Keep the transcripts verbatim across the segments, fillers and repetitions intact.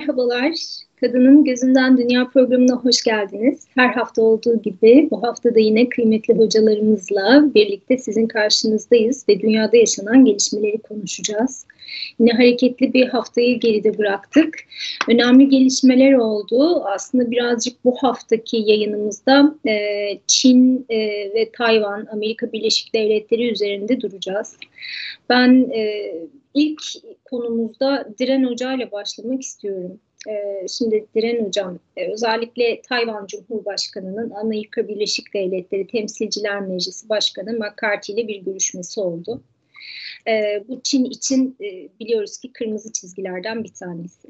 Merhabalar, Kadının Gözünden Dünya programına hoş geldiniz. Her hafta olduğu gibi bu hafta da yine kıymetli hocalarımızla birlikte sizin karşınızdayız ve dünyada yaşanan gelişmeleri konuşacağız. Yine hareketli bir haftayı geride bıraktık. Önemli gelişmeler oldu. Aslında birazcık bu haftaki yayınımızda e, Çin e, ve Tayvan, Amerika Birleşik Devletleri üzerinde duracağız. Ben e, ilk konumuzda Diren Hoca ile başlamak istiyorum. Ee, şimdi Diren Hocam, e, özellikle Tayvan Cumhurbaşkanı'nın Amerika Birleşik Devletleri Temsilciler Meclisi Başkanı McCarthy ile bir görüşmesi oldu. Ee, bu Çin için e, biliyoruz ki kırmızı çizgilerden bir tanesi.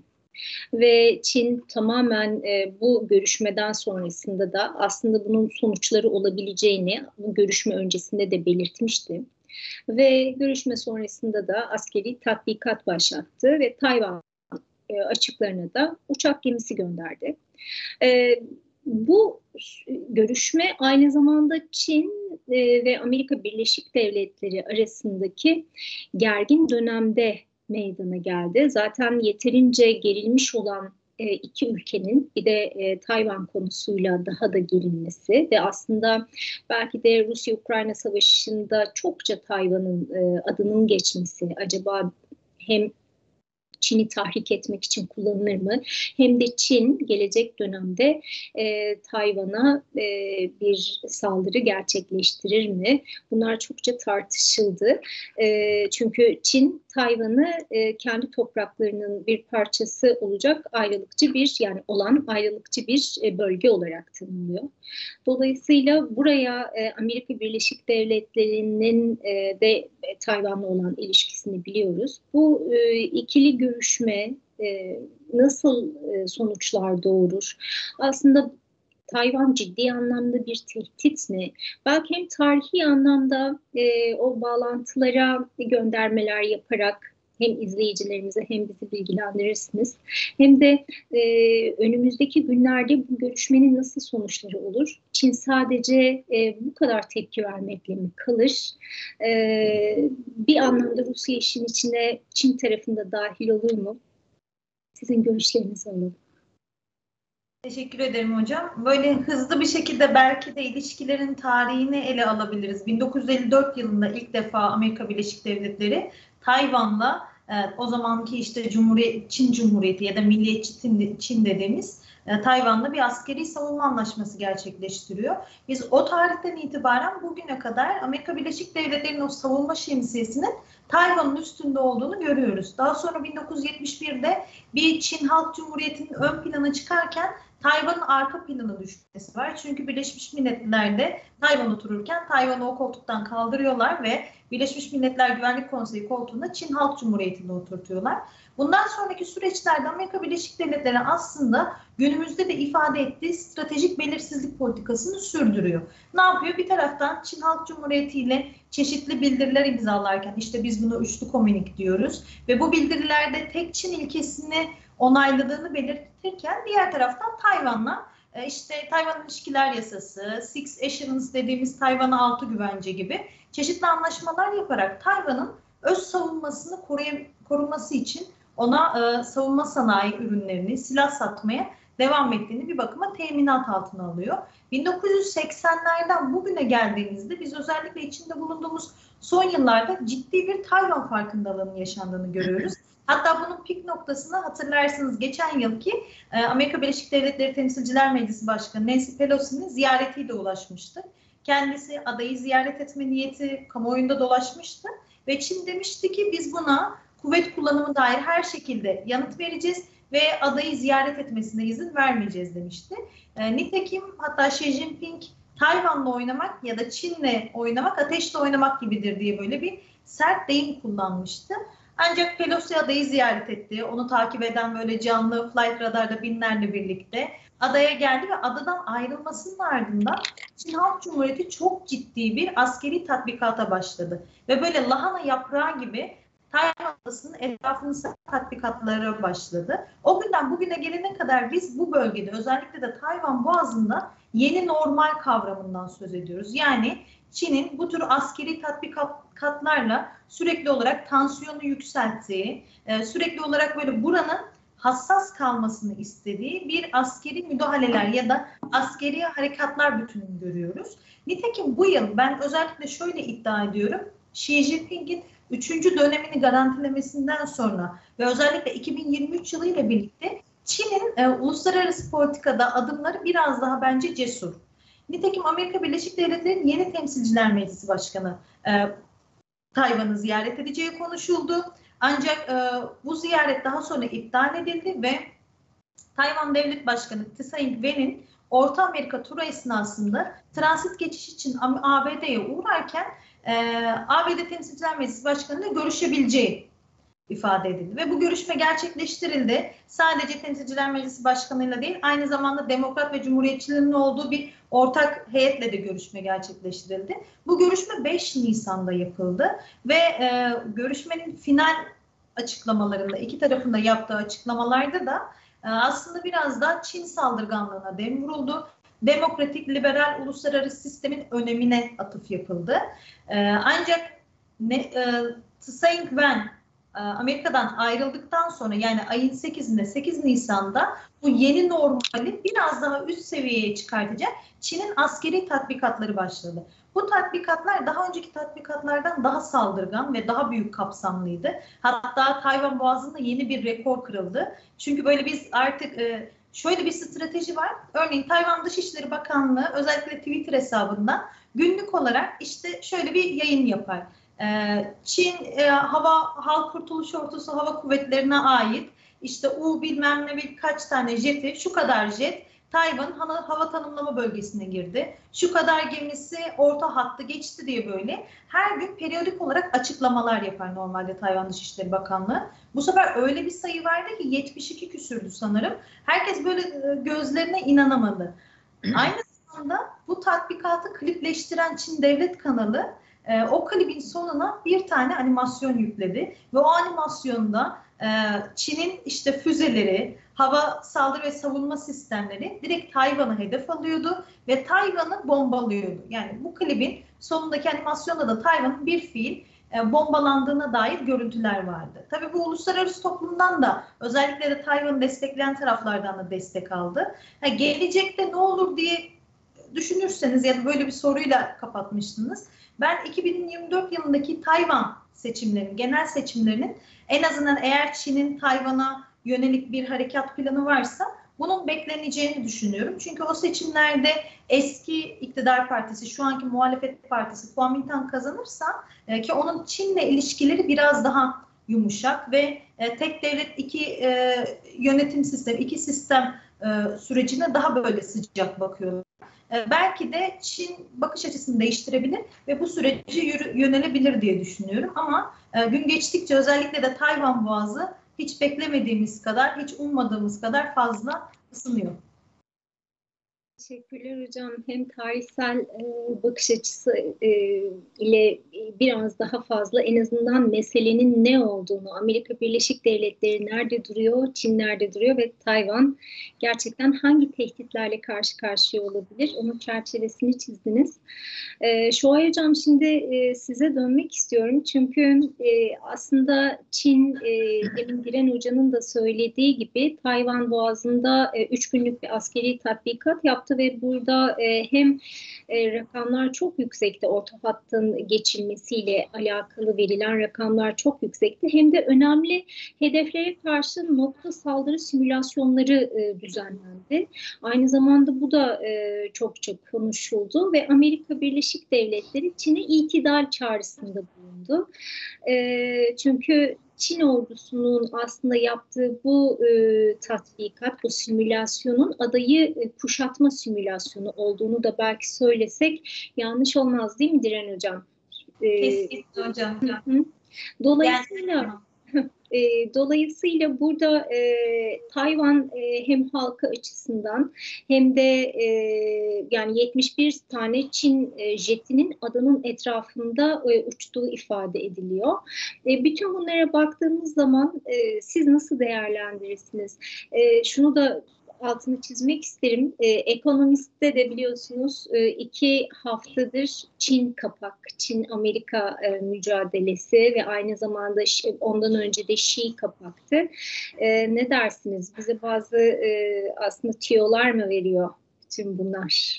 Ve Çin tamamen e, bu görüşmeden sonrasında da aslında bunun sonuçları olabileceğini bu görüşme öncesinde de belirtmişti. Ve görüşme sonrasında da askeri tatbikat başlattı ve Tayvan e, açıklarına da uçak gemisi gönderdi. E, bu görüşme aynı zamanda Çin e, ve Amerika Birleşik Devletleri arasındaki gergin dönemde meydana geldi. Zaten yeterince gerilmiş olan e, iki ülkenin bir de e, Tayvan konusuyla daha da gerilmesi ve aslında belki de Rusya-Ukrayna savaşında çokça Tayvan'ın e, adının geçmesi acaba hem Çin'i tahrik etmek için kullanılır mı? Hem de Çin gelecek dönemde e, Tayvan'a e, bir saldırı gerçekleştirir mi? Bunlar çokça tartışıldı. E, çünkü Çin Tayvan'ı e, kendi topraklarının bir parçası olacak ayrılıkçı bir yani olan ayrılıkçı bir e, bölge olarak tanımlıyor. Dolayısıyla buraya e, Amerika Birleşik Devletleri'nin e, de e, Tayvan'la olan ilişkisini biliyoruz. Bu e, ikili görüşme e, nasıl e, sonuçlar doğurur? Aslında Tayvan ciddi anlamda bir tehdit mi? Belki hem tarihi anlamda e, o bağlantılara göndermeler yaparak hem izleyicilerimize hem bizi bilgilendirirsiniz. Hem de e, önümüzdeki günlerde bu görüşmenin nasıl sonuçları olur? Çin sadece e, bu kadar tepki vermekle mi kalır? E, bir anlamda Rusya işin içine Çin tarafında dahil olur mu? Sizin görüşlerinizi alalım. Teşekkür ederim hocam. Böyle hızlı bir şekilde belki de ilişkilerin tarihini ele alabiliriz. bin dokuz yüz elli dört yılında ilk defa Amerika Birleşik Devletleri Tayvan'la e, o zamanki işte Cumhuriyet, Çin Cumhuriyeti ya da Milliyetçi Çin, Çin dediğimiz e, Tayvan'la bir askeri savunma anlaşması gerçekleştiriyor. Biz o tarihten itibaren bugüne kadar Amerika Birleşik Devletleri'nin o savunma şemsiyesinin Tayvan'ın üstünde olduğunu görüyoruz. Daha sonra bin dokuz yüz yetmiş birde bir Çin Halk Cumhuriyeti'nin ön plana çıkarken Tayvan'ın arka planına düşmesi var. Çünkü Birleşmiş Milletler'de Tayvan otururken Tayvan'ı o koltuktan kaldırıyorlar ve Birleşmiş Milletler Güvenlik Konseyi koltuğunda Çin Halk Cumhuriyeti'nde oturtuyorlar. Bundan sonraki süreçlerde Amerika Birleşik Devletleri aslında günümüzde de ifade ettiği stratejik belirsizlik politikasını sürdürüyor. Ne yapıyor? Bir taraftan Çin Halk Cumhuriyeti ile çeşitli bildiriler imzalarken işte biz buna üçlü komünik diyoruz ve bu bildirilerde tek Çin ilkesini onayladığını belirtirken diğer taraftan Tayvan'la işte Tayvan İlişkiler Yasası, Six Assurance dediğimiz Tayvan'a altı güvence gibi çeşitli anlaşmalar yaparak Tayvan'ın öz savunmasını koruması için ona e, savunma sanayi ürünlerini, silah satmaya devam ettiğini bir bakıma teminat altına alıyor. bin dokuz yüz seksenlerden bugüne geldiğimizde biz özellikle içinde bulunduğumuz son yıllarda ciddi bir Tayvan farkındalığının yaşandığını görüyoruz. Hatta bunun pik noktasını hatırlarsınız geçen yılki e, Amerika Birleşik Devletleri Temsilciler Meclisi Başkanı Nancy Pelosi'nin ziyaretiyle ulaşmıştı. Kendisi adayı ziyaret etme niyeti kamuoyunda dolaşmıştı ve Çin demişti ki biz buna kuvvet kullanımı dair her şekilde yanıt vereceğiz ve adayı ziyaret etmesine izin vermeyeceğiz demişti. E, nitekim hatta Xi Jinping Tayvan'la oynamak ya da Çin'le oynamak ateşle oynamak gibidir diye böyle bir sert deyim kullanmıştı. Ancak Pelosi adayı ziyaret etti. Onu takip eden böyle canlı flight radarda binlerle birlikte adaya geldi ve adadan ayrılmasının ardından Çin Halk Cumhuriyeti çok ciddi bir askeri tatbikata başladı. Ve böyle lahana yaprağı gibi Tayvan adasının etrafını tatbikatlara başladı. O günden bugüne gelene kadar biz bu bölgede özellikle de Tayvan Boğazı'nda yeni normal kavramından söz ediyoruz. Yani Çin'in bu tür askeri tatbikatlarla sürekli olarak tansiyonu yükselttiği, sürekli olarak böyle buranın hassas kalmasını istediği bir askeri müdahaleler ya da askeri harekatlar bütününü görüyoruz. Nitekim bu yıl ben özellikle şöyle iddia ediyorum. Xi Jinping'in üçüncü dönemini garantilemesinden sonra ve özellikle iki bin yirmi üç yılı ile birlikte Çin'in e, uluslararası politikada adımları biraz daha bence cesur. Nitekim Amerika Birleşik Devletleri'nin yeni Temsilciler Meclisi Başkanı e, Tayvan'ı ziyaret edeceği konuşuldu. Ancak e, bu ziyaret daha sonra iptal edildi ve Tayvan Devlet Başkanı Tsai Ing-wen'in Orta Amerika turu esnasında transit geçiş için A B D'ye uğrarken e, A B D Temsilciler Meclisi Başkanı ile görüşebileceği ifade edildi. Ve bu görüşme gerçekleştirildi. Sadece Temsilciler Meclisi Başkanı'yla değil, aynı zamanda Demokrat ve Cumhuriyetçilerin olduğu bir ortak heyetle de görüşme gerçekleştirildi. Bu görüşme beş Nisan'da yapıldı ve e, görüşmenin final açıklamalarında, iki tarafında yaptığı açıklamalarda da e, aslında biraz da Çin saldırganlığına dem vuruldu. Demokratik, liberal, uluslararası sistemin önemine atıf yapıldı. E, ancak ne, e, Tsai Ing-wen Amerika'dan ayrıldıktan sonra, yani ayın sekizinde, sekiz Nisan'da bu yeni normali biraz daha üst seviyeye çıkartacak Çin'in askeri tatbikatları başladı. Bu tatbikatlar daha önceki tatbikatlardan daha saldırgan ve daha büyük kapsamlıydı. Hatta Tayvan Boğazı'nda yeni bir rekor kırıldı. Çünkü böyle biz artık e, şöyle bir strateji var. Örneğin Tayvan Dışişleri Bakanlığı özellikle Twitter hesabında günlük olarak işte şöyle bir yayın yapar. Çin e, Hava Halk Kurtuluş Ordusu Hava Kuvvetleri'ne ait işte U bilmem ne birkaç tane jeti, şu kadar jet Tayvan hava tanımlama bölgesine girdi. Şu kadar gemisi orta hattı geçti diye böyle her gün periyodik olarak açıklamalar yapar normalde Tayvan Dışişleri Bakanlığı. Bu sefer öyle bir sayı vardı ki yetmiş iki küsürdü sanırım. Herkes böyle gözlerine inanamadı. Aynı zamanda bu tatbikatı klipleştiren Çin Devlet Kanalı e, o klibin sonuna bir tane animasyon yükledi ve o animasyonda e, Çin'in işte füzeleri, hava saldırı ve savunma sistemleri direkt Tayvan'ı hedef alıyordu ve Tayvan'ı bombalıyordu. Yani bu klibin sonundaki animasyonda da Tayvan'ın bir fiil e, bombalandığına dair görüntüler vardı. Tabii bu uluslararası toplumdan da özellikle de Tayvan'ı destekleyen taraflardan da destek aldı. Ha, gelecekte ne olur diye düşünürseniz ya da böyle bir soruyla kapatmıştınız. Ben iki bin yirmi dört yılındaki Tayvan seçimlerinin, genel seçimlerinin en azından eğer Çin'in Tayvan'a yönelik bir harekat planı varsa bunun bekleneceğini düşünüyorum. Çünkü o seçimlerde eski iktidar partisi, şu anki muhalefet partisi Kuomintang kazanırsa e, ki onun Çin'le ilişkileri biraz daha yumuşak ve e, tek devlet iki e, yönetim sistemi, iki sistem e, sürecine daha böyle sıcak bakıyorlar. E, belki de Çin bakış açısını değiştirebilir ve bu süreci yürü, yönelebilir diye düşünüyorum. Ama e, gün geçtikçe özellikle de Tayvan Boğazı hiç beklemediğimiz kadar, hiç ummadığımız kadar fazla ısınıyor. Teşekkürler hocam. Hem tarihsel e, bakış açısı e, ile biraz daha fazla en azından meselenin ne olduğunu, Amerika Birleşik Devletleri nerede duruyor, Çin nerede duruyor ve Tayvan gerçekten hangi tehditlerle karşı karşıya olabilir, onun çerçevesini çizdiniz. E, Şuay hocam, şimdi e, size dönmek istiyorum. Çünkü e, aslında Çin, e, demin Diren hocanın da söylediği gibi Tayvan Boğazı'nda e, üç günlük bir askeri tatbikat yaptı ve burada e, hem e, rakamlar çok yüksekti, orta hattın geçilmesiyle alakalı verilen rakamlar çok yüksekti, hem de önemli hedeflere karşı nokta saldırı simülasyonları e, düzenlendi. Aynı zamanda bu da e, çokça konuşuldu ve Amerika Birleşik Devletleri Çin'e itidal çağrısında bulundu. E, çünkü Çin ordusunun aslında yaptığı bu e, tatbikat, bu simülasyonun adayı e, kuşatma simülasyonu olduğunu da belki söylesek yanlış olmaz değil mi Diren hocam? E, Kesinlikle hocam. Hı hı. Dolayısıyla... Yani, E, dolayısıyla burada e, Tayvan e, hem halkı açısından hem de e, yani yetmiş bir tane Çin e, jetinin adanın etrafında e, uçtuğu ifade ediliyor. E, bütün bunlara baktığımız zaman e, siz nasıl değerlendirirsiniz? E, şunu da altını çizmek isterim. E, Ekonomist'te de biliyorsunuz e, iki haftadır Çin kapak, Çin-Amerika e, mücadelesi ve aynı zamanda ondan önce de Şii kapaktı. E, ne dersiniz? Bize bazı e, aslında tiyolar mı veriyor bütün bunlar?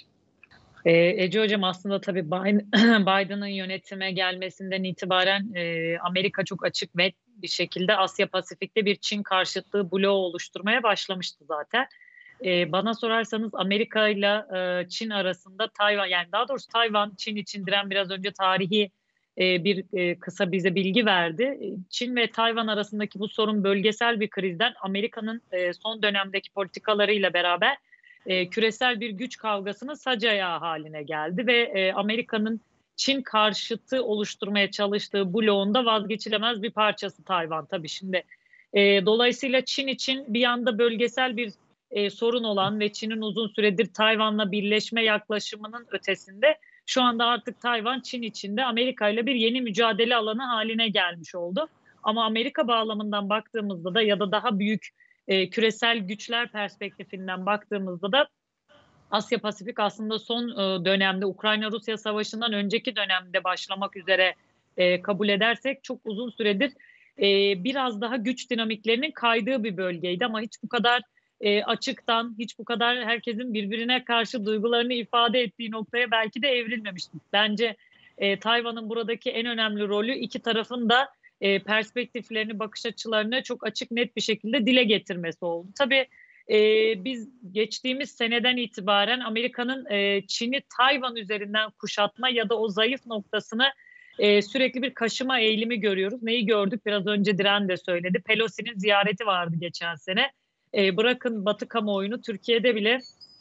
Ee, Ece Hocam, aslında tabii Biden'ın yönetime gelmesinden itibaren e, Amerika çok açık ve bir şekilde Asya Pasifik'te bir Çin karşıtlığı bloğu oluşturmaya başlamıştı zaten. E, bana sorarsanız Amerika ile e, Çin arasında Tayvan, yani daha doğrusu Tayvan Çin için diren biraz önce tarihi e, bir e, kısa bize bilgi verdi. Çin ve Tayvan arasındaki bu sorun bölgesel bir krizden Amerika'nın e, son dönemdeki politikalarıyla beraber e, küresel bir güç kavgasının sac ayağı haline geldi ve e, Amerika'nın Çin karşıtı oluşturmaya çalıştığı bloğunda vazgeçilemez bir parçası Tayvan tabii şimdi. E, dolayısıyla Çin için bir yanda bölgesel bir e, sorun olan ve Çin'in uzun süredir Tayvan'la birleşme yaklaşımının ötesinde şu anda artık Tayvan Çin içinde Amerika ile bir yeni mücadele alanı haline gelmiş oldu. Ama Amerika bağlamından baktığımızda da ya da daha büyük e, küresel güçler perspektifinden baktığımızda da Asya Pasifik aslında son e, dönemde Ukrayna-Rusya savaşından önceki dönemde başlamak üzere e, kabul edersek çok uzun süredir e, biraz daha güç dinamiklerinin kaydığı bir bölgeydi ama hiç bu kadar e, açıktan, hiç bu kadar herkesin birbirine karşı duygularını ifade ettiği noktaya belki de evrilmemiştik. Bence e, Tayvan'ın buradaki en önemli rolü iki tarafın da e, perspektiflerini, bakış açılarını çok açık net bir şekilde dile getirmesi oldu. Tabii e, biz geçtiğimiz seneden itibaren Amerika'nın e, Çin'i Tayvan üzerinden kuşatma ya da o zayıf noktasını e, sürekli bir kaşıma eğilimi görüyoruz. Neyi gördük? Biraz önce Diren de söyledi. Pelosi'nin ziyareti vardı geçen sene. E, bırakın Batı kamuoyunu, Türkiye'de bile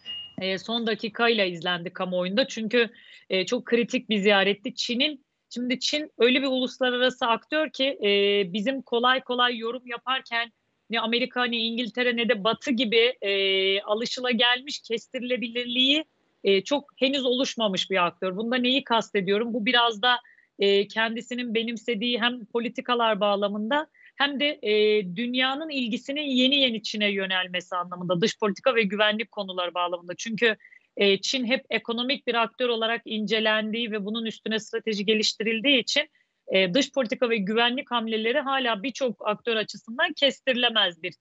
e, son dakikayla izlendi kamuoyunda. Çünkü e, çok kritik bir ziyaretti. Çin'in Şimdi Çin öyle bir uluslararası aktör ki e, bizim kolay kolay yorum yaparken ne Amerika ne İngiltere ne de Batı gibi e, alışılagelmiş kestirilebilirliği e, çok henüz oluşmamış bir aktör. Bunda neyi kastediyorum? Bu biraz da e, kendisinin benimsediği hem politikalar bağlamında hem de e, dünyanın ilgisinin yeni yeni Çin'e yönelmesi anlamında, dış politika ve güvenlik konuları bağlamında. Çünkü e, Çin hep ekonomik bir aktör olarak incelendiği ve bunun üstüne strateji geliştirildiği için e, dış politika ve güvenlik hamleleri hala birçok aktör açısından kestirilemez bir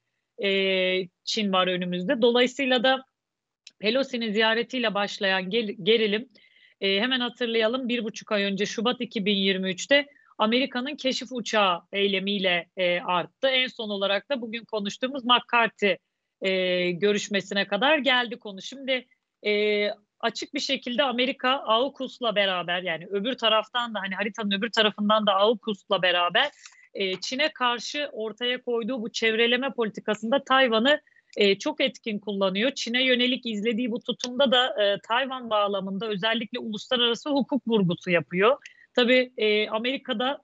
e, Çin var önümüzde. Dolayısıyla da Pelosi'nin ziyaretiyle başlayan gerilim e, hemen hatırlayalım, bir buçuk ay önce Şubat iki bin yirmi üçte Amerika'nın keşif uçağı eylemiyle e, arttı. En son olarak da bugün konuştuğumuz McCarthy e, görüşmesine kadar geldi konu. Şimdi e, açık bir şekilde Amerika AUKUS'la beraber, yani öbür taraftan da, hani haritanın öbür tarafından da AUKUS'la beraber e, Çin'e karşı ortaya koyduğu bu çevreleme politikasında Tayvan'ı e, çok etkin kullanıyor. Çin'e yönelik izlediği bu tutumda da e, Tayvan bağlamında özellikle uluslararası hukuk vurgusu yapıyor. Tabii e, Amerika'da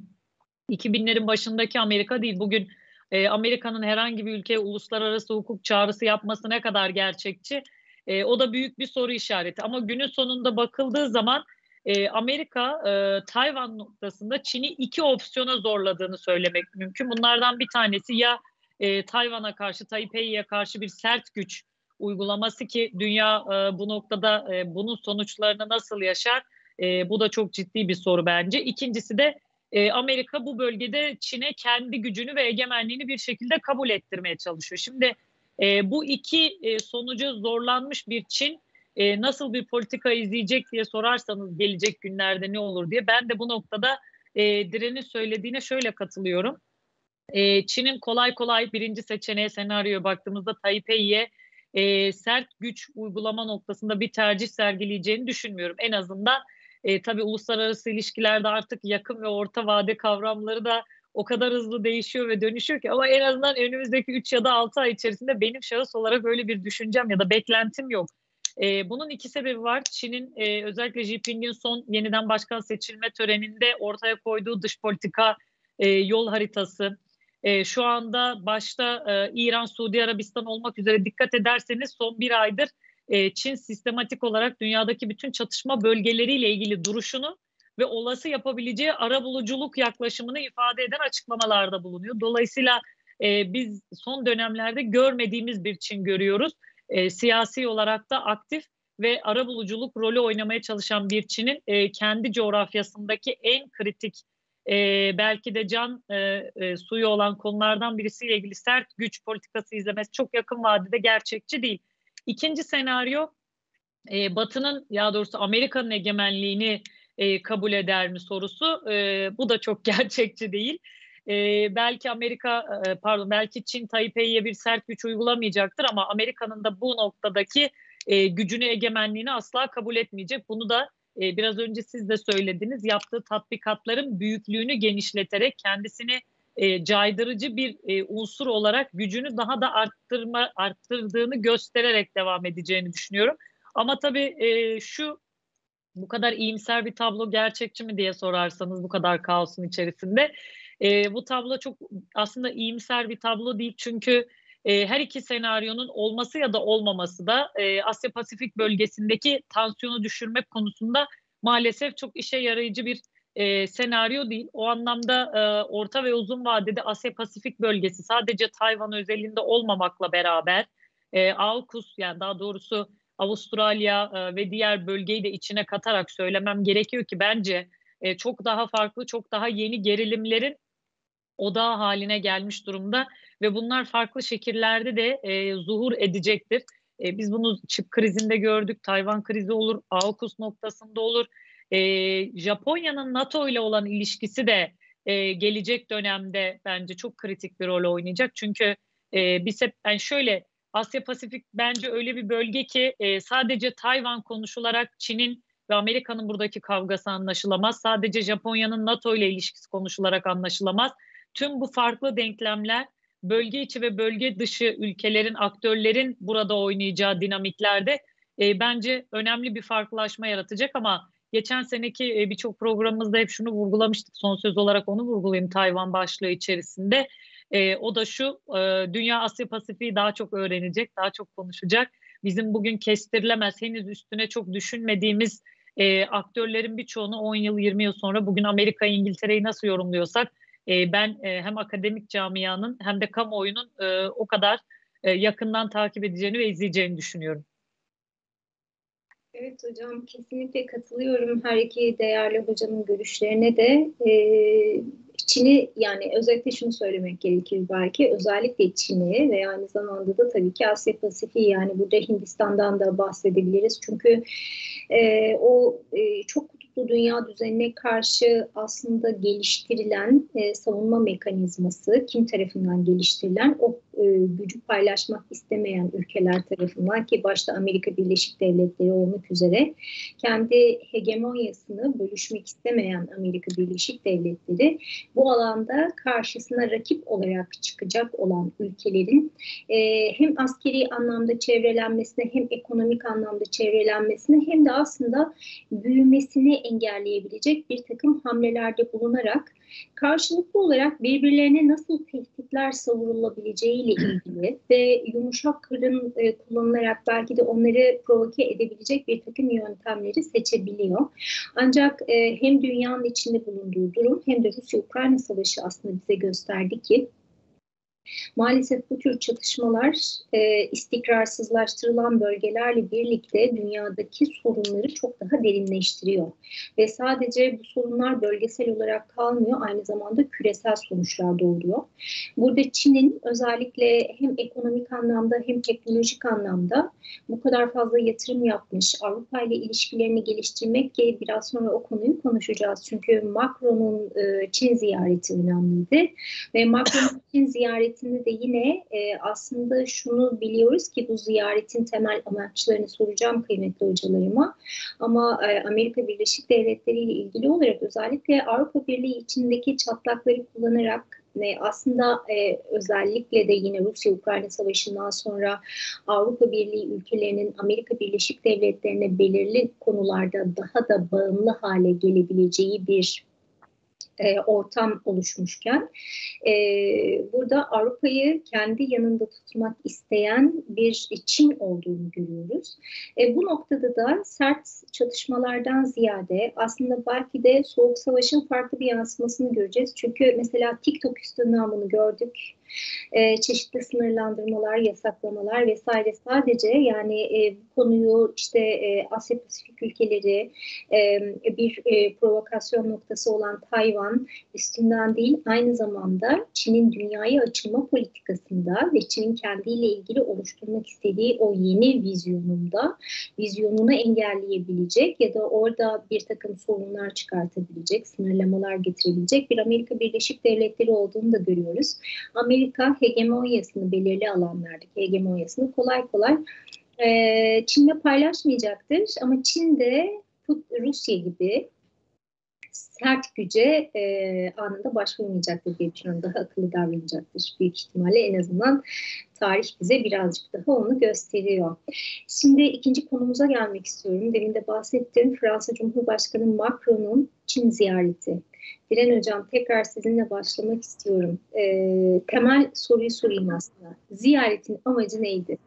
iki binlerin başındaki Amerika değil. Bugün e, Amerika'nın herhangi bir ülkeye uluslararası hukuk çağrısı yapması ne kadar gerçekçi? E, o da büyük bir soru işareti. Ama günün sonunda bakıldığı zaman e, Amerika e, Tayvan noktasında Çin'i iki opsiyona zorladığını söylemek mümkün. Bunlardan bir tanesi ya e, Tayvan'a karşı, Taipei'ye karşı bir sert güç uygulaması ki dünya e, bu noktada e, bunun sonuçlarını nasıl yaşar? E, bu da çok ciddi bir soru bence. İkincisi de e, Amerika bu bölgede Çin'e kendi gücünü ve egemenliğini bir şekilde kabul ettirmeye çalışıyor. Şimdi e, bu iki e, sonucu zorlanmış bir Çin e, nasıl bir politika izleyecek diye sorarsanız gelecek günlerde ne olur diye, ben de bu noktada e, Diren'in söylediğine şöyle katılıyorum. E, Çin'in kolay kolay birinci seçeneğe, senaryoya baktığımızda Taipei'ye e, sert güç uygulama noktasında bir tercih sergileyeceğini düşünmüyorum. En azından e, tabii uluslararası ilişkilerde artık yakın ve orta vade kavramları da o kadar hızlı değişiyor ve dönüşüyor ki, ama en azından önümüzdeki üç ya da altı ay içerisinde benim şahıs olarak öyle bir düşüncem ya da beklentim yok. E, bunun iki sebebi var. Çin'in e, özellikle Xi Jinping'in son yeniden başkan seçilme töreninde ortaya koyduğu dış politika e, yol haritası. E, şu anda başta e, İran, Suudi Arabistan olmak üzere dikkat ederseniz son bir aydır e, Çin sistematik olarak dünyadaki bütün çatışma bölgeleriyle ilgili duruşunu ve olası yapabileceği arabuluculuk yaklaşımını ifade eden açıklamalarda bulunuyor. Dolayısıyla e, biz son dönemlerde görmediğimiz bir Çin görüyoruz. e, siyasi olarak da aktif ve arabuluculuk rolü oynamaya çalışan bir Çin'in e, kendi coğrafyasındaki en kritik e, belki de can e, e, suyu olan konulardan birisiyle ilgili sert güç politikası izlemesi çok yakın vadede gerçekçi değil. İkinci senaryo e, Batı'nın, ya doğrusu Amerika'nın egemenliğini e, kabul eder mi sorusu. E, bu da çok gerçekçi değil. E, belki Amerika, e, pardon, belki Çin Taipei'ye bir sert güç uygulamayacaktır ama Amerika'nın da bu noktadaki e, gücünü, egemenliğini asla kabul etmeyecek. Bunu da e, biraz önce siz de söylediniz. Yaptığı tatbikatların büyüklüğünü genişleterek kendisini e, caydırıcı bir e, unsur olarak gücünü daha da arttırma arttırdığını göstererek devam edeceğini düşünüyorum. Ama tabii e, şu bu kadar iyimser bir tablo gerçekçi mi diye sorarsanız, bu kadar kaosun içerisinde e, bu tablo çok aslında iyimser bir tablo değil. Çünkü e, her iki senaryonun olması ya da olmaması da e, Asya Pasifik bölgesindeki tansiyonu düşürmek konusunda maalesef çok işe yarayıcı bir e, senaryo değil. O anlamda e, orta ve uzun vadede Asya Pasifik bölgesi sadece Tayvan özelinde olmamakla beraber e, AUKUS, yani daha doğrusu Avustralya e, ve diğer bölgeyi de içine katarak söylemem gerekiyor ki bence e, çok daha farklı, çok daha yeni gerilimlerin odağı haline gelmiş durumda ve bunlar farklı şekillerde de e, zuhur edecektir. E, biz bunu çip krizinde gördük, Tayvan krizi olur, AUKUS noktasında olur. E, Japonya'nın NATO ile olan ilişkisi de e, gelecek dönemde bence çok kritik bir rol oynayacak. Çünkü e, biz hep yani şöyle, Asya Pasifik bence öyle bir bölge ki e, sadece Tayvan konuşularak Çin'in ve Amerika'nın buradaki kavgası anlaşılamaz. Sadece Japonya'nın NATO ile ilişkisi konuşularak anlaşılamaz. Tüm bu farklı denklemler bölge içi ve bölge dışı ülkelerin, aktörlerin burada oynayacağı dinamiklerde e, bence önemli bir farklılaşma yaratacak. Ama geçen seneki e, birçok programımızda hep şunu vurgulamıştık. Son söz olarak onu vurgulayayım Tayvan başlığı içerisinde. E, o da şu, e, dünya Asya Pasifik'i daha çok öğrenecek, daha çok konuşacak. Bizim bugün kestirilemez, henüz üstüne çok düşünmediğimiz e, aktörlerin birçoğunu on yıl, yirmi yıl sonra bugün Amerika, İngiltere'yi nasıl yorumluyorsak e, ben e, hem akademik camianın hem de kamuoyunun e, o kadar e, yakından takip edeceğini ve izleyeceğini düşünüyorum. Evet hocam, kesinlikle katılıyorum her iki değerli hocamın görüşlerine de. Ee, Çin'i, yani özellikle şunu söylemek gerekir belki, özellikle Çin'i ve aynı zamanda da tabii ki Asya Pasifik'i, yani burada Hindistan'dan da bahsedebiliriz. Çünkü e, o e, çok kutuplu dünya düzenine karşı aslında geliştirilen e, savunma mekanizması, kim tarafından geliştirilen, o e, gücü paylaşmak istemeyen ülkeler tarafından, ki başta Amerika Birleşik Devletleri olmak üzere kendi hegemonyasını bölüşmek istemeyen Amerika Birleşik Devletleri bu alanda karşısına rakip olarak çıkacak olan ülkelerin e, hem askeri anlamda çevrelenmesine, hem ekonomik anlamda çevrelenmesine, hem de aslında büyümesini engelleyebilecek bir takım hamlelerde bulunarak karşılıklı olarak birbirlerine nasıl tehditler savurulabileceği ile ilgili ve yumuşak kırın e, kullanılarak belki de onları provoke edebilecek bir takım yöntemleri seçebiliyor. Ancak e, hem dünyanın içinde bulunduğu durum hem de Rusya-Ukrayna savaşı aslında bize gösterdi ki maalesef bu tür çatışmalar e, istikrarsızlaştırılan bölgelerle birlikte dünyadaki sorunları çok daha derinleştiriyor. Ve sadece bu sorunlar bölgesel olarak kalmıyor, aynı zamanda küresel sonuçlar doğuruyor. Burada Çin'in özellikle hem ekonomik anlamda hem teknolojik anlamda bu kadar fazla yatırım yapmış, Avrupa ile ilişkilerini geliştirmek, ki biraz sonra o konuyu konuşacağız. Çünkü Macron'un e, Çin ziyareti önemliydi ve Macron'un Çin ziyareti de yine e, aslında şunu biliyoruz ki bu ziyaretin temel amaçlarını soracağım kıymetli hocalarıma. Ama e, Amerika Birleşik Devletleri ile ilgili olarak özellikle Avrupa Birliği içindeki çatlakları kullanarak ve aslında e, özellikle de yine Rusya-Ukrayna savaşından sonra Avrupa Birliği ülkelerinin Amerika Birleşik Devletleri'ne belirli konularda daha da bağımlı hale gelebileceği bir E, ortam oluşmuşken e, burada Avrupa'yı kendi yanında tutmak isteyen bir Çin olduğunu görüyoruz. E, bu noktada da sert çatışmalardan ziyade aslında belki de Soğuk Savaş'ın farklı bir yansımasını göreceğiz. Çünkü mesela TikTok üstünden bunu gördük. E, çeşitli sınırlandırmalar, yasaklamalar vesaire sadece yani e, bu konuyu işte e, Asya Pasifik ülkeleri e, bir e, provokasyon noktası olan Tayvan üstünden değil, aynı zamanda Çin'in dünyaya açılma politikasında ve Çin'in kendiyle ilgili oluşturmak istediği o yeni vizyonunda vizyonunu engelleyebilecek ya da orada bir takım sorunlar çıkartabilecek, sınırlamalar getirebilecek bir Amerika Birleşik Devletleri olduğunu da görüyoruz. Amerika hegemonyasını belirli alanlardaki hegemonyasını kolay kolay e, Çin'le paylaşmayacaktır. Ama Çin de Rusya gibi sert güce e, anında başvurmayacaktır diye düşünüyorum. Daha akıllı davranacaktır büyük ihtimalle. En azından tarih bize birazcık daha onu gösteriyor. Şimdi ikinci konumuza gelmek istiyorum. Demin de bahsettim. Fransa Cumhurbaşkanı Macron'un Çin ziyareti. Diren Hocam, tekrar sizinle başlamak istiyorum. E, temel soruyu sorayım aslında. Ziyaretin amacı neydi?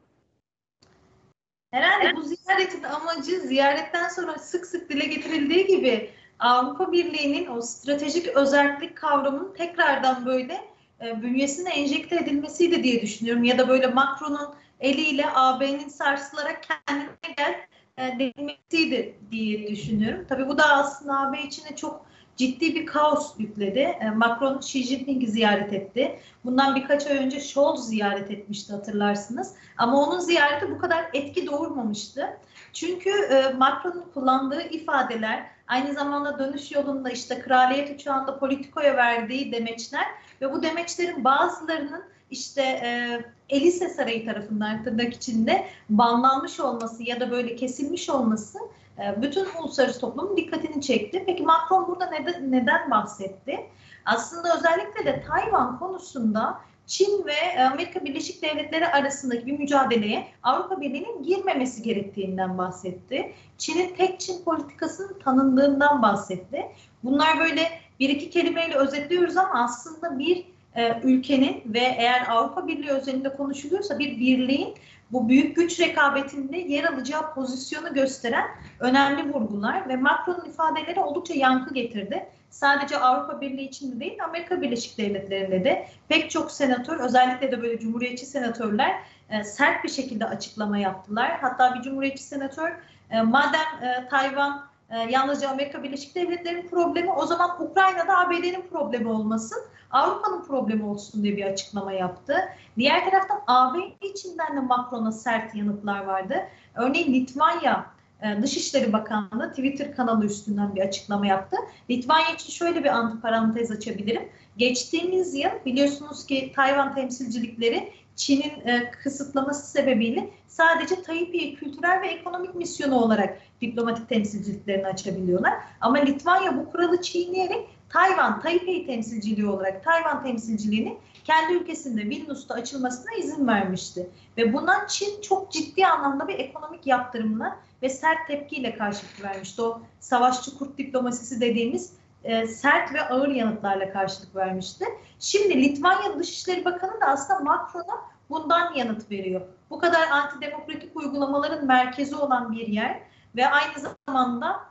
Herhalde bu ziyaretin amacı, ziyaretten sonra sık sık dile getirildiği gibi Avrupa Birliği'nin o stratejik özellik kavramının tekrardan böyle e, bünyesine enjekte edilmesiydi diye düşünüyorum. Ya da böyle Macron'un eliyle A B'nin sarsılarak kendine gel e, denilmesiydi diye düşünüyorum. Tabii bu da aslında A B içine çok ciddi bir kaos yükledi. E, Macron Xi Jinping'i ziyaret etti. Bundan birkaç ay önce Scholz ziyaret etmişti, hatırlarsınız. Ama onun ziyareti bu kadar etki doğurmamıştı. Çünkü e, Macron'un kullandığı ifadeler, aynı zamanda dönüş yolunda işte kraliyet uçağında Politico'ya verdiği demeçler ve bu demeçlerin bazılarının işte e, Elise Sarayı tarafından tırnak içinde banlanmış olması ya da böyle kesilmiş olması e, bütün uluslararası toplumun dikkatini çekti. Peki Macron burada neden, neden bahsetti? Aslında özellikle de Tayvan konusunda Çin ve Amerika Birleşik Devletleri arasındaki bir mücadeleye Avrupa Birliği'nin girmemesi gerektiğinden bahsetti. Çin'in tek Çin politikasının tanındığından bahsetti. Bunlar böyle bir iki kelimeyle özetliyoruz ama aslında bir e, ülkenin ve eğer Avrupa Birliği özelinde konuşuluyorsa bir birliğin bu büyük güç rekabetinde yer alacağı pozisyonu gösteren önemli vurgular ve Macron'un ifadeleri oldukça yankı getirdi. Sadece Avrupa Birliği içinde değil, Amerika Birleşik Devletleri'nde de pek çok senatör, özellikle de böyle cumhuriyetçi senatörler e, sert bir şekilde açıklama yaptılar. Hatta bir cumhuriyetçi senatör, e, madem e, Tayvan e, yalnızca Amerika Birleşik Devletleri'nin problemi, o zaman Ukrayna'da A B D'nin problemi olmasın, Avrupa'nın problemi olsun diye bir açıklama yaptı. Diğer taraftan A B içinden de Macron'a sert yanıtlar vardı. Örneğin Litvanya Dışişleri Bakanlığı Twitter kanalı üstünden bir açıklama yaptı. Litvanya için şöyle bir antiparantez açabilirim. Geçtiğimiz yıl biliyorsunuz ki Tayvan temsilcilikleri Çin'in e, kısıtlaması sebebiyle sadece Taipei kültürel ve ekonomik misyonu olarak diplomatik temsilciliklerini açabiliyorlar. Ama Litvanya bu kuralı çiğneyerek Tayvan, Taipei temsilciliği olarak Tayvan temsilciliğini kendi ülkesinde Vilnius'ta açılmasına izin vermişti. Ve buna Çin çok ciddi anlamda bir ekonomik yaptırımla ve sert tepkiyle karşılık vermişti. O savaşçı kurt diplomasisi dediğimiz e, sert ve ağır yanıtlarla karşılık vermişti. Şimdi Litvanya Dışişleri Bakanı da aslında Macron'a bundan yanıt veriyor. Bu kadar antidemokratik uygulamaların merkezi olan bir yer ve aynı zamanda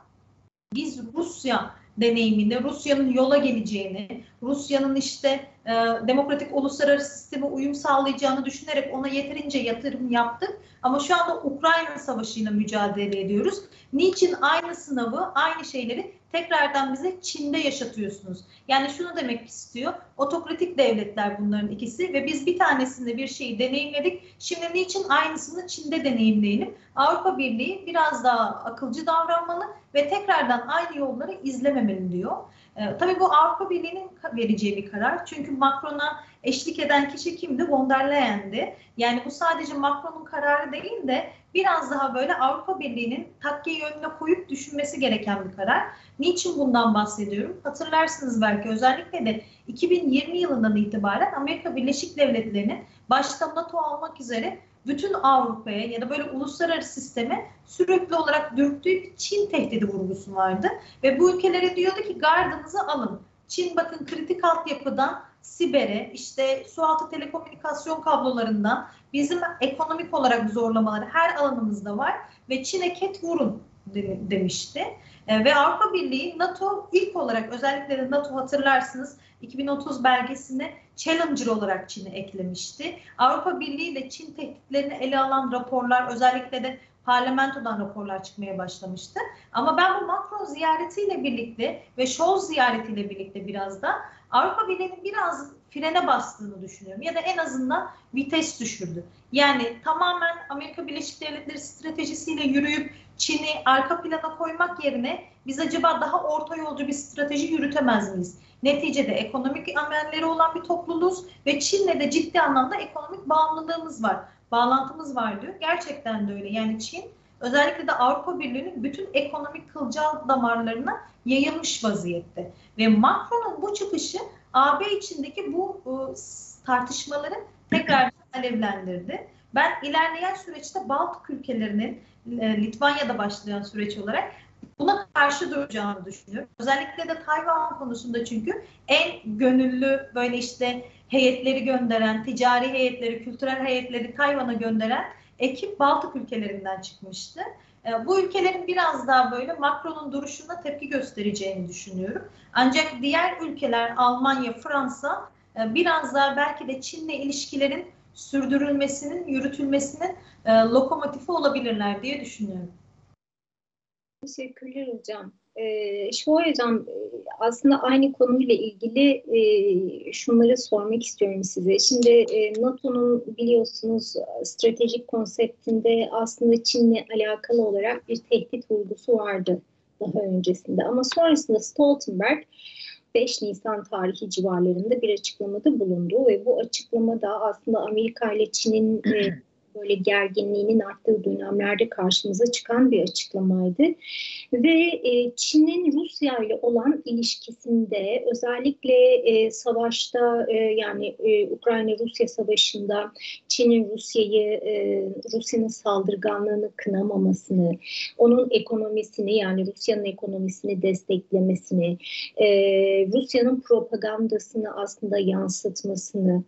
biz Rusya deneyimini, Rusya'nın yola geleceğini, Rusya'nın işte e, demokratik uluslararası sisteme uyum sağlayacağını düşünerek ona yeterince yatırım yaptık. Ama şu anda Ukrayna Savaşı'yla mücadele ediyoruz. Niçin aynı sınavı, aynı şeyleri tekrardan bize Çin'de yaşatıyorsunuz? Yani şunu demek istiyor, otokratik devletler bunların ikisi ve biz bir tanesinde bir şeyi deneyimledik. Şimdi niçin aynısını Çin'de deneyimleyelim? Avrupa Birliği biraz daha akılcı davranmalı ve tekrardan aynı yolları izlememeli diyor. Ee, tabii bu Avrupa Birliği'nin vereceği bir karar. Çünkü Macron'a eşlik eden kişi kimdi? Von der Leyen'di. Yani bu sadece Macron'un kararı değil de biraz daha böyle Avrupa Birliği'nin takkeyi önüne koyup düşünmesi gereken bir karar. Niçin bundan bahsediyorum? Hatırlarsınız belki özellikle de iki bin yirmi yılından itibaren Amerika Birleşik Devletleri'nin başta NATO olmak üzere bütün Avrupa'ya ya da böyle uluslararası sisteme sürekli olarak dürttüğü bir Çin tehdidi vurgusu vardı. Ve bu ülkelere diyordu ki gardınızı alın. Çin bakın kritik altyapıdan sibere, işte sualtı telekomünikasyon kablolarından bizim ekonomik olarak zorlamaları her alanımızda var ve Çin'e ket vurun demişti. E, ve Avrupa Birliği, NATO ilk olarak özellikle de NATO hatırlarsınız iki bin otuz belgesinde challenger olarak Çin'i eklemişti. Avrupa Birliği de Çin tehditlerini ele alan raporlar, özellikle de parlamentodan raporlar çıkmaya başlamıştı. Ama ben bu Macron ziyaretiyle birlikte ve Scholz ziyaretiyle birlikte biraz da Avrupa Birliği'nin biraz frene bastığını düşünüyorum. Ya da en azından vites düşürdü. Yani tamamen Amerika Birleşik Devletleri stratejisiyle yürüyüp Çin'i arka plana koymak yerine biz acaba daha orta yolcu bir strateji yürütemez miyiz? Neticede ekonomik amelleri olan bir topluluğuz ve Çin'le de ciddi anlamda ekonomik bağımlılığımız var. Bağlantımız var diyor. Gerçekten de öyle. Yani Çin özellikle de Avrupa Birliği'nin bütün ekonomik kılcal damarlarına yayılmış vaziyette. Ve Macron'un bu çıkışı A B içindeki bu ıı, tartışmaları tekrar alevlendirdi. Ben ilerleyen süreçte Baltık ülkelerinin e, Litvanya'da başlayan süreç olarak buna karşı duracağını düşünüyorum. Özellikle de Tayvan konusunda, çünkü en gönüllü böyle işte heyetleri gönderen, ticari heyetleri, kültürel heyetleri Tayvan'a gönderen ekip Baltık ülkelerinden çıkmıştı. E, bu ülkelerin biraz daha böyle Macron'un duruşuna tepki göstereceğini düşünüyorum. Ancak diğer ülkeler, Almanya, Fransa e, biraz daha belki de Çin'le ilişkilerin sürdürülmesinin, yürütülmesinin e, lokomotifi olabilirler diye düşünüyorum. Teşekkürler hocam. Ee, şu hocam aslında aynı konuyla ilgili e, şunları sormak istiyorum size. Şimdi e, NATO'nun biliyorsunuz stratejik konseptinde aslında Çin'le alakalı olarak bir tehdit vurgusu vardı daha öncesinde. Ama sonrasında Stoltenberg beş Nisan tarihi civarlarında bir açıklamada bulundu ve bu açıklamada aslında Amerika ile Çin'in e, böyle gerginliğinin arttığı dönemlerde karşımıza çıkan bir açıklamaydı. Ve e, Çin'in Rusya ile olan ilişkisinde özellikle e, savaşta e, yani e, Ukrayna-Rusya savaşında Çin'in Rusya'yı, e, Rusya'nın saldırganlığını kınamamasını, onun ekonomisini yani Rusya'nın ekonomisini desteklemesini, e, Rusya'nın propagandasını aslında yansıtmasını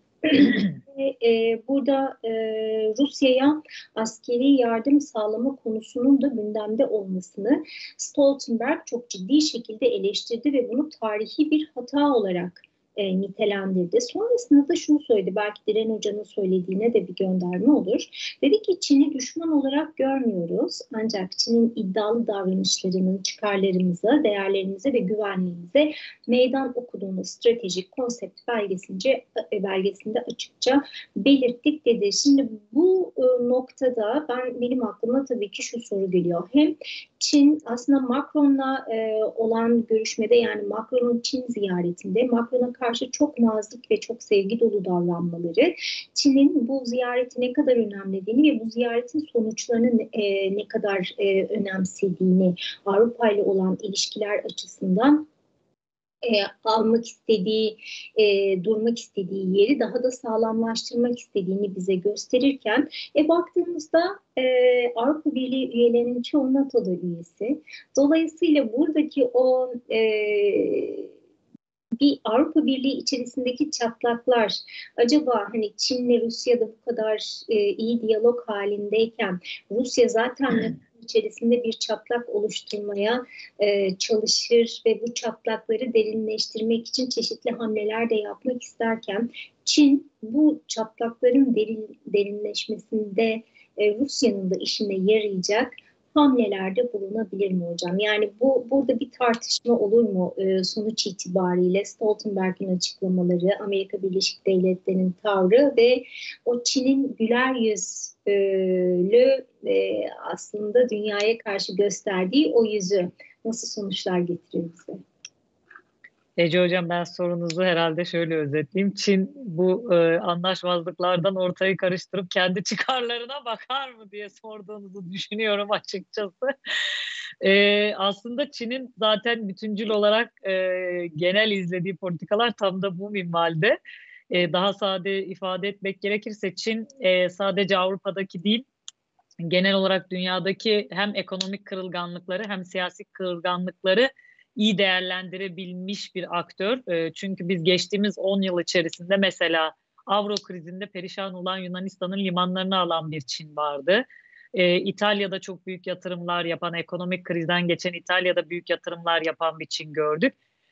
e, burada e, Rusya'ya askeri yardım sağlama konusunun da gündemde olmasını Stoltenberg çok ciddi şekilde eleştirdi ve bunu tarihi bir hata olarak e, nitelendirdi. Sonrasında da şunu söyledi, belki Diren Hoca'nın söylediğine de bir gönderme olur. Dedi ki Çin'i düşman olarak görmüyoruz, ancak Çin'in iddialı davranışlarının çıkarlarımıza, değerlerimize ve güvenliğimize meydan okuduğunu stratejik konsept belgesince, belgesinde açıkça belirttik dedi. Şimdi bu e, noktada ben benim aklıma tabii ki şu soru geliyor. Hem Çin aslında Macron'la e, olan görüşmede, yani Macron'un Çin ziyaretinde Macron'a karşı çok nazik ve çok sevgi dolu davranmaları, Çin'in bu ziyareti ne kadar önemlediğini ve bu ziyaretin sonuçlarını e, ne kadar e, önemsediğini, Avrupa ile olan ilişkiler açısından E, almak istediği, e, durmak istediği yeri daha da sağlamlaştırmak istediğini bize gösterirken, e, baktığımızda e, Avrupa Birliği üyelerinin çoğu NATO'da üyesi. Dolayısıyla buradaki o e, bir Avrupa Birliği içerisindeki çatlaklar, acaba hani Çin'le Rusya'da bu kadar e, iyi diyalog halindeyken Rusya zaten içerisinde bir çatlak oluşturmaya e, çalışır ve bu çatlakları derinleştirmek için çeşitli hamleler de yapmak isterken, Çin bu çatlakların derin, derinleşmesinde e, Rusya'nın da işine yarayacak hamlelerde bulunabilir mi hocam? Yani bu burada bir tartışma olur mu e, sonuç itibariyle Stoltenberg'in açıklamaları, Amerika Birleşik Devletleri'nin tavrı ve o Çin'in güler yüzlü e, aslında dünyaya karşı gösterdiği o yüzü nasıl sonuçlar getirir bize? Ece Hocam, ben sorunuzu herhalde şöyle özetleyeyim. Çin bu e, anlaşmazlıklardan ortayı karıştırıp kendi çıkarlarına bakar mı diye sorduğunuzu düşünüyorum açıkçası. E, aslında Çin'in zaten bütüncül olarak e, genel izlediği politikalar tam da bu minvalde. E, daha sade ifade etmek gerekirse Çin e, sadece Avrupa'daki değil, genel olarak dünyadaki hem ekonomik kırılganlıkları hem siyasi kırılganlıkları iyi değerlendirebilmiş bir aktör. E, çünkü biz geçtiğimiz on yıl içerisinde mesela Avro krizinde perişan olan Yunanistan'ın limanlarını alan bir Çin vardı. E, İtalya'da çok büyük yatırımlar yapan, ekonomik krizden geçen İtalya'da büyük yatırımlar yapan bir Çin gördük.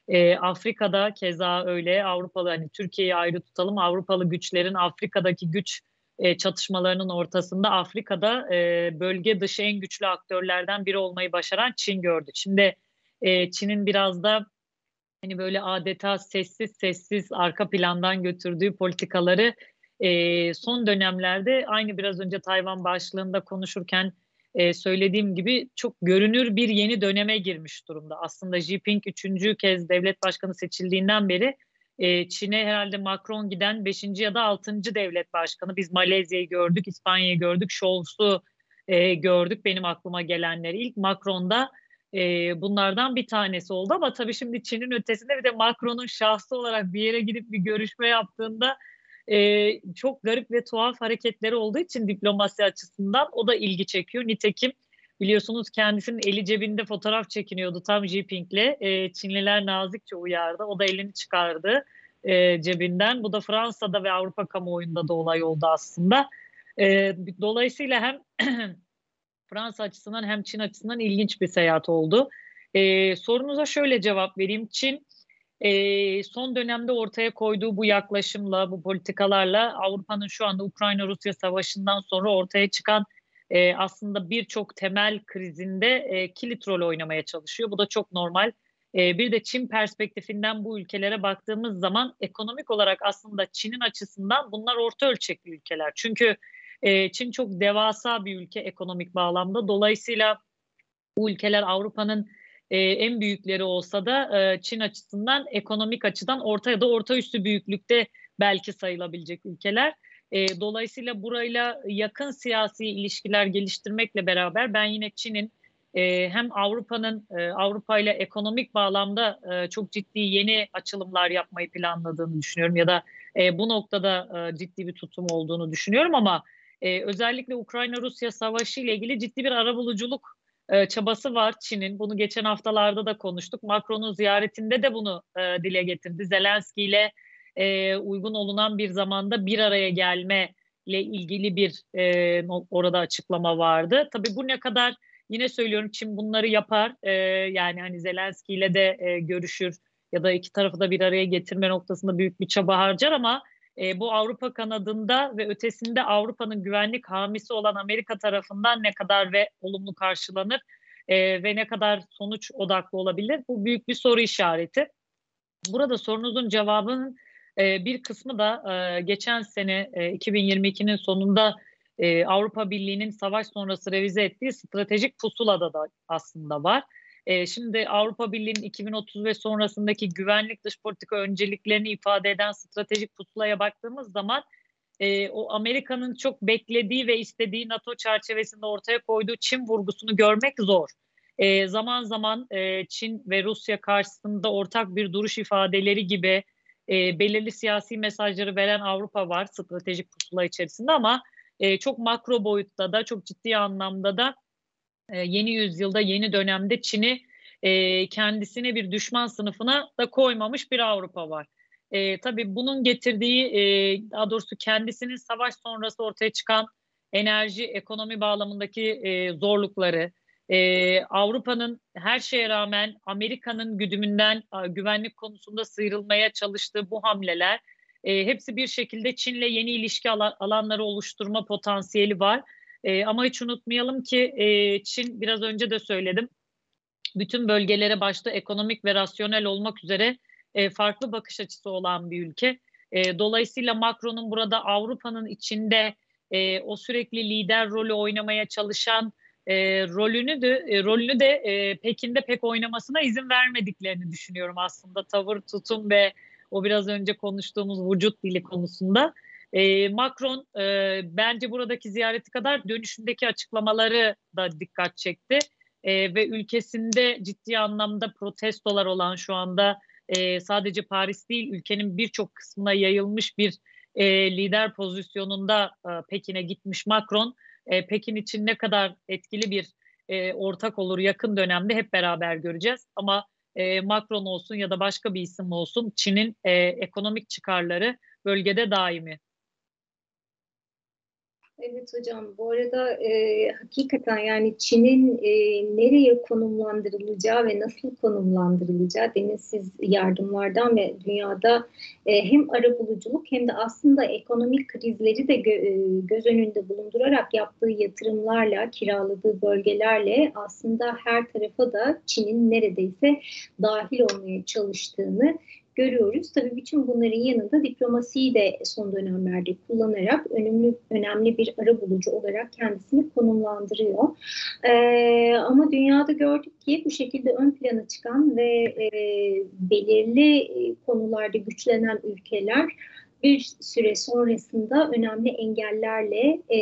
E, Afrika'da keza öyle. Avrupalı, hani Türkiye'yi ayrı tutalım, Avrupalı güçlerin Afrika'daki güç e, çatışmalarının ortasında Afrika'da e, bölge dışı en güçlü aktörlerden biri olmayı başaran Çin gördük. Şimdi e, Çin'in biraz da hani böyle adeta sessiz sessiz arka plandan götürdüğü politikaları e, son dönemlerde, aynı biraz önce Tayvan başlığında konuşurken e, söylediğim gibi, çok görünür bir yeni döneme girmiş durumda. Aslında Xi Jinping üçüncü kez devlet başkanı seçildiğinden beri e, Çin'e herhalde Macron giden beşinci ya da altıncı devlet başkanı. Biz Malezya'yı gördük, İspanya'yı gördük, Scholz'u e, gördük, benim aklıma gelenleri. İlk Macron'da e, bunlardan bir tanesi oldu, ama tabii şimdi Çin'in ötesinde bir de Macron'un şahsı olarak bir yere gidip bir görüşme yaptığında e, çok garip ve tuhaf hareketleri olduğu için diplomasi açısından o da ilgi çekiyor. Nitekim biliyorsunuz kendisinin eli cebinde fotoğraf çekiniyordu tam Xi Jinping'le. E, Çinliler nazikçe uyardı. O da elini çıkardı e, cebinden. Bu da Fransa'da ve Avrupa kamuoyunda da olay oldu aslında. E, dolayısıyla hem Fransa açısından hem Çin açısından ilginç bir seyahat oldu. Ee, sorunuza şöyle cevap vereyim. Çin e, son dönemde ortaya koyduğu bu yaklaşımla, bu politikalarla Avrupa'nın şu anda Ukrayna-Rusya savaşından sonra ortaya çıkan e, aslında birçok temel krizinde e, kilit rol oynamaya çalışıyor. Bu da çok normal. E, bir de Çin perspektifinden bu ülkelere baktığımız zaman ekonomik olarak aslında Çin'in açısından bunlar orta ölçekli ülkeler. Çünkü e, Çin çok devasa bir ülke ekonomik bağlamda. Dolayısıyla bu ülkeler Avrupa'nın e, en büyükleri olsa da e, Çin açısından ekonomik açıdan orta ya da orta üstü büyüklükte belki sayılabilecek ülkeler. E, dolayısıyla burayla yakın siyasi ilişkiler geliştirmekle beraber ben yine Çin'in e, hem Avrupa'nın e, Avrupa ile ekonomik bağlamda e, çok ciddi yeni açılımlar yapmayı planladığını düşünüyorum, ya da e, bu noktada e, ciddi bir tutum olduğunu düşünüyorum, ama e, özellikle Ukrayna-Rusya savaşı ile ilgili ciddi bir arabuluculuk e, çabası var Çin'in. Bunu geçen haftalarda da konuştuk. Macron'un ziyaretinde de bunu e, dile getirdi. Zelenski ile e, uygun olunan bir zamanda bir araya gelme ile ilgili bir e, orada açıklama vardı. Tabii bu ne kadar, yine söylüyorum, Çin bunları yapar. E, yani hani Zelenski ile de e, görüşür ya da iki tarafı da bir araya getirme noktasında büyük bir çaba harcar, ama e, bu Avrupa kanadında ve ötesinde Avrupa'nın güvenlik hamisi olan Amerika tarafından ne kadar ve olumlu karşılanır e, ve ne kadar sonuç odaklı olabilir? Bu büyük bir soru işareti. Burada sorunuzun cevabının e, bir kısmı da e, geçen sene e, iki bin yirmi ikinin sonunda e, Avrupa Birliği'nin savaş sonrası revize ettiği stratejik pusulada da aslında var. E, şimdi Avrupa Birliği'nin iki bin otuz ve sonrasındaki güvenlik dış politika önceliklerini ifade eden stratejik pusulaya baktığımız zaman e, o Amerika'nın çok beklediği ve istediği NATO çerçevesinde ortaya koyduğu Çin vurgusunu görmek zor. E, zaman zaman e, Çin ve Rusya karşısında ortak bir duruş ifadeleri gibi e, belirli siyasi mesajları veren Avrupa var stratejik pusula içerisinde, ama e, çok makro boyutta da, çok ciddi anlamda da e, yeni yüzyılda, yeni dönemde Çin'i e, kendisine bir düşman sınıfına da koymamış bir Avrupa var. E, tabii bunun getirdiği, e, daha doğrusu kendisinin savaş sonrası ortaya çıkan enerji, ekonomi bağlamındaki e, zorlukları, e, Avrupa'nın her şeye rağmen Amerika'nın güdümünden e, güvenlik konusunda sıyrılmaya çalıştığı bu hamleler, e, hepsi bir şekilde Çin'le yeni ilişki alan, alanları oluşturma potansiyeli var. E, ama hiç unutmayalım ki e, Çin, biraz önce de söyledim, bütün bölgelere başta ekonomik ve rasyonel olmak üzere e, farklı bakış açısı olan bir ülke. E, dolayısıyla Macron'un burada Avrupa'nın içinde e, o sürekli lider rolü oynamaya çalışan e, rolünü de e, rolünü de e, Pekin'de pek oynamasına izin vermediklerini düşünüyorum aslında, tavır, tutum ve o biraz önce konuştuğumuz vücut dili konusunda. E, Macron e, bence buradaki ziyareti kadar dönüşündeki açıklamaları da dikkat çekti. E, ve ülkesinde ciddi anlamda protestolar olan, şu anda e, sadece Paris değil ülkenin birçok kısmına yayılmış bir e, lider pozisyonunda e, Pekin'e gitmiş Macron. E, Pekin için ne kadar etkili bir e, ortak olur yakın dönemde hep beraber göreceğiz. Ama e, Macron olsun ya da başka bir isim olsun, Çin'in e, ekonomik çıkarları bölgede daimi. Evet hocam, bu arada e, hakikaten yani Çin'in e, nereye konumlandırılacağı ve nasıl konumlandırılacağı, demin siz yardımlardan ve dünyada e, hem arabuluculuk hem de aslında ekonomik krizleri de gö- e, göz önünde bulundurarak yaptığı yatırımlarla, kiraladığı bölgelerle aslında her tarafa da Çin'in neredeyse dahil olmaya çalıştığını görüyoruz. Tabii bütün bunların yanında diplomasiyi de son dönemlerde kullanarak önemli önemli bir arabulucu olarak kendisini konumlandırıyor. Ee, ama dünyada gördük ki bu şekilde ön plana çıkan ve e, belirli konularda güçlenen ülkeler bir süre sonrasında önemli engellerle e,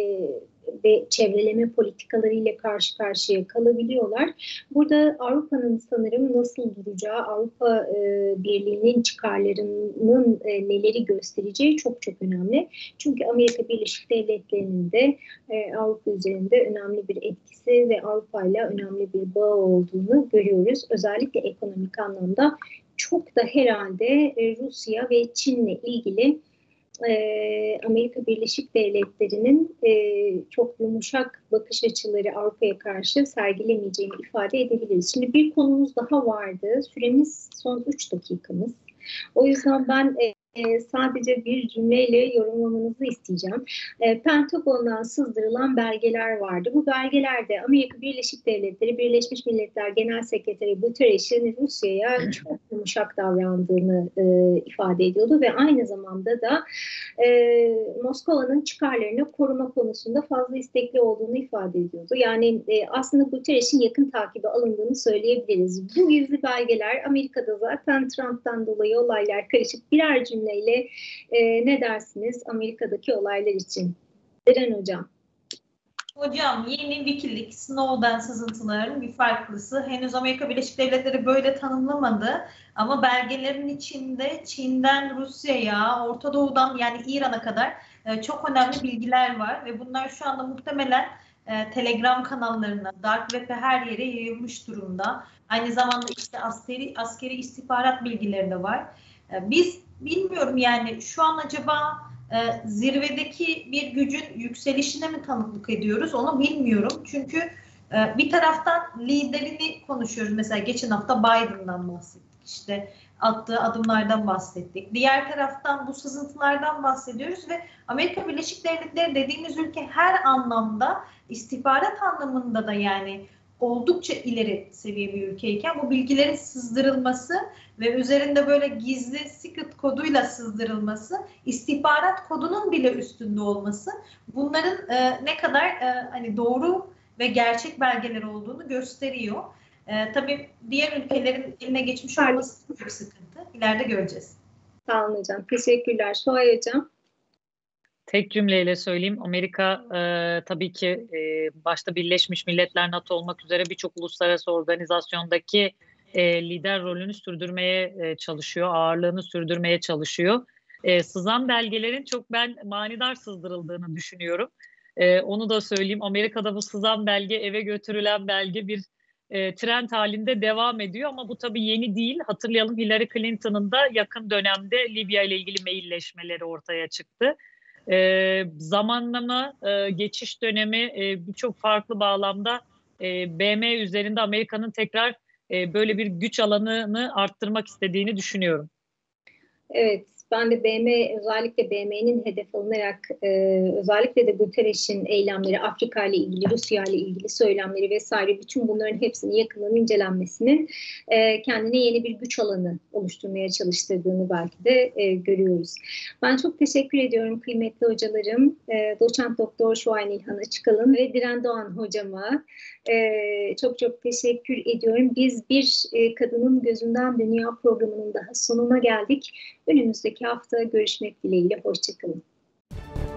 ve çevreleme politikalarıyla karşı karşıya kalabiliyorlar. Burada Avrupa'nın sanırım nasıl duracağı, Avrupa e, Birliği'nin çıkarlarının e, neleri göstereceği çok çok önemli. Çünkü Amerika Birleşik Devletleri'nin de e, Avrupa üzerinde önemli bir etkisi ve Avrupa ile önemli bir bağ olduğunu görüyoruz. Özellikle ekonomik anlamda çok da herhalde e, Rusya ve Çin'le ilgili e, Amerika Birleşik Devletleri'nin e, çok yumuşak bakış açıları Avrupa'ya karşı sergilemeyeceğini ifade edebiliriz. Şimdi bir konumuz daha vardı. Süremiz son üç dakikamız. O yüzden ben e, e, sadece bir cümleyle yorumlamanızı isteyeceğim. E, Pentagon'dan sızdırılan belgeler vardı. Bu belgelerde Amerika Birleşik Devletleri Birleşmiş Milletler Genel Sekreteri Guterres'in Rusya'ya çok yumuşak davrandığını e, ifade ediyordu ve aynı zamanda da e, Moskova'nın çıkarlarını koruma konusunda fazla istekli olduğunu ifade ediyordu. Yani e, aslında Guterres'in yakın takibi alındığını söyleyebiliriz. Bu gizli belgeler Amerika'da zaten Trump'tan dolayı olaylar karışık. Birer cümleyle e, ne dersiniz Amerika'daki olaylar için? Deren Hocam. Hocam yeni Wikileaks, Snowden sızıntılarının bir farklısı. Henüz Amerika Birleşik Devletleri böyle tanımlamadı. Ama belgelerin içinde Çin'den Rusya'ya, Orta Doğu'dan yani İran'a kadar e, çok önemli bilgiler var. Ve bunlar şu anda muhtemelen e, Telegram kanallarına, Dark Web'e her yere yayılmış durumda. Aynı zamanda işte askeri, askeri istihbarat bilgileri de var. E, biz bilmiyorum yani şu an acaba e, zirvedeki bir gücün yükselişine mi tanıklık ediyoruz onu bilmiyorum. Çünkü e, bir taraftan liderini konuşuyoruz. Mesela geçen hafta Biden'dan bahsettik. İşte attığı adımlardan bahsettik. Diğer taraftan bu sızıntılardan bahsediyoruz ve Amerika Birleşik Devletleri dediğimiz ülke her anlamda istihbarat anlamında da yani oldukça ileri seviye bir ülkeyken bu bilgilerin sızdırılması ve üzerinde böyle gizli secret koduyla sızdırılması, istihbarat kodunun bile üstünde olması bunların e, ne kadar e, hani doğru ve gerçek belgeler olduğunu gösteriyor. E, tabii diğer ülkelerin eline geçmiş olması çok sıkıntı. İleride göreceğiz. Sağ olun hocam. Teşekkürler. Suay Hocam. Tek cümleyle söyleyeyim. Amerika e, tabii ki e, başta Birleşmiş Milletler, NATO olmak üzere birçok uluslararası organizasyondaki e, lider rolünü sürdürmeye e, çalışıyor, ağırlığını sürdürmeye çalışıyor. E, sızan belgelerin çok ben manidar sızdırıldığını düşünüyorum. E, onu da söyleyeyim. Amerika'da bu sızan belge, eve götürülen belge bir e, trend halinde devam ediyor ama bu tabii yeni değil. Hatırlayalım Hillary Clinton'ın da yakın dönemde Libya ile ilgili mailleşmeleri ortaya çıktı. E, zamanlama, e, geçiş dönemi e, birçok farklı bağlamda e, B M üzerinde Amerika'nın tekrar e, böyle bir güç alanını arttırmak istediğini düşünüyorum. Evet, ben de B M özellikle B M'nin hedef alınarak e, özellikle de Guterres'in eylemleri, Afrika ile ilgili, Rusya ile ilgili söylemleri vesaire bütün bunların hepsinin yakından incelenmesinin e, kendine yeni bir güç alanı oluşturmaya çalıştırdığını belki de e, görüyoruz. Ben çok teşekkür ediyorum kıymetli hocalarım, e, Doçent Doktor Şuay Nilhan Açıkalın ve Diren Doğan hocama. Ee, çok çok teşekkür ediyorum. Biz bir e, Kadının Gözünden Dünya programının daha sonuna geldik. Önümüzdeki hafta görüşmek dileğiyle. Hoşçakalın.